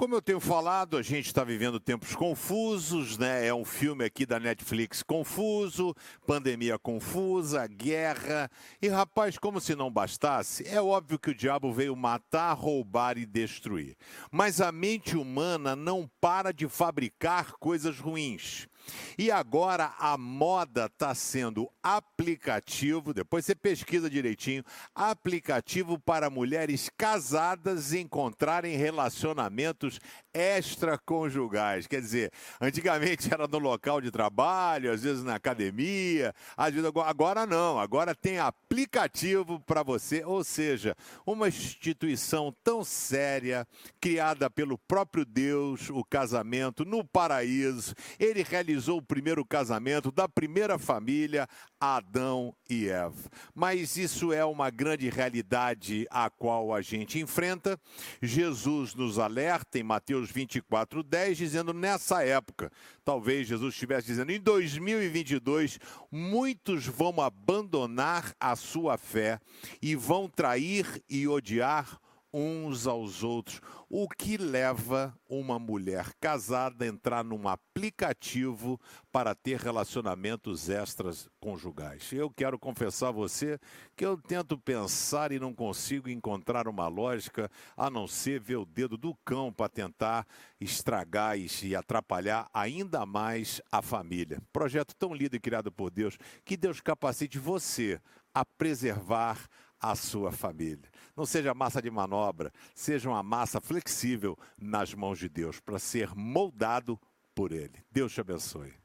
Como eu tenho falado, a gente está vivendo tempos confusos, né? É um filme aqui da Netflix confuso, pandemia confusa, guerra. E, rapaz, como se não bastasse, é óbvio que o diabo veio matar, roubar e destruir. Mas a mente humana não para de fabricar coisas ruins. E agora a moda está sendo aplicativo, depois você pesquisa direitinho, aplicativo para mulheres casadas encontrarem relacionamentos extraconjugais. Quer dizer, antigamente era no local de trabalho, às vezes na academia, às vezes agora não, agora tem aplicativo para você, ou seja, uma instituição tão séria, criada pelo próprio Deus, o casamento no paraíso. Ele realizou o primeiro casamento da primeira família, Adão e Eva. Mas isso é uma grande realidade a qual a gente enfrenta. Jesus nos alerta em Mateus 24:10, dizendo nessa época, talvez Jesus estivesse dizendo, em 2022, muitos vão abandonar a sua fé e vão trair e odiar uns aos outros, o que leva uma mulher casada a entrar num aplicativo para ter relacionamentos extraconjugais. Eu quero confessar a você que eu tento pensar e não consigo encontrar uma lógica, a não ser ver o dedo do cão para tentar estragar e atrapalhar ainda mais a família. Projeto tão lindo e criado por Deus, que Deus capacite você a preservar a sua família. Não seja massa de manobra, seja uma massa flexível nas mãos de Deus, para ser moldado por Ele. Deus te abençoe.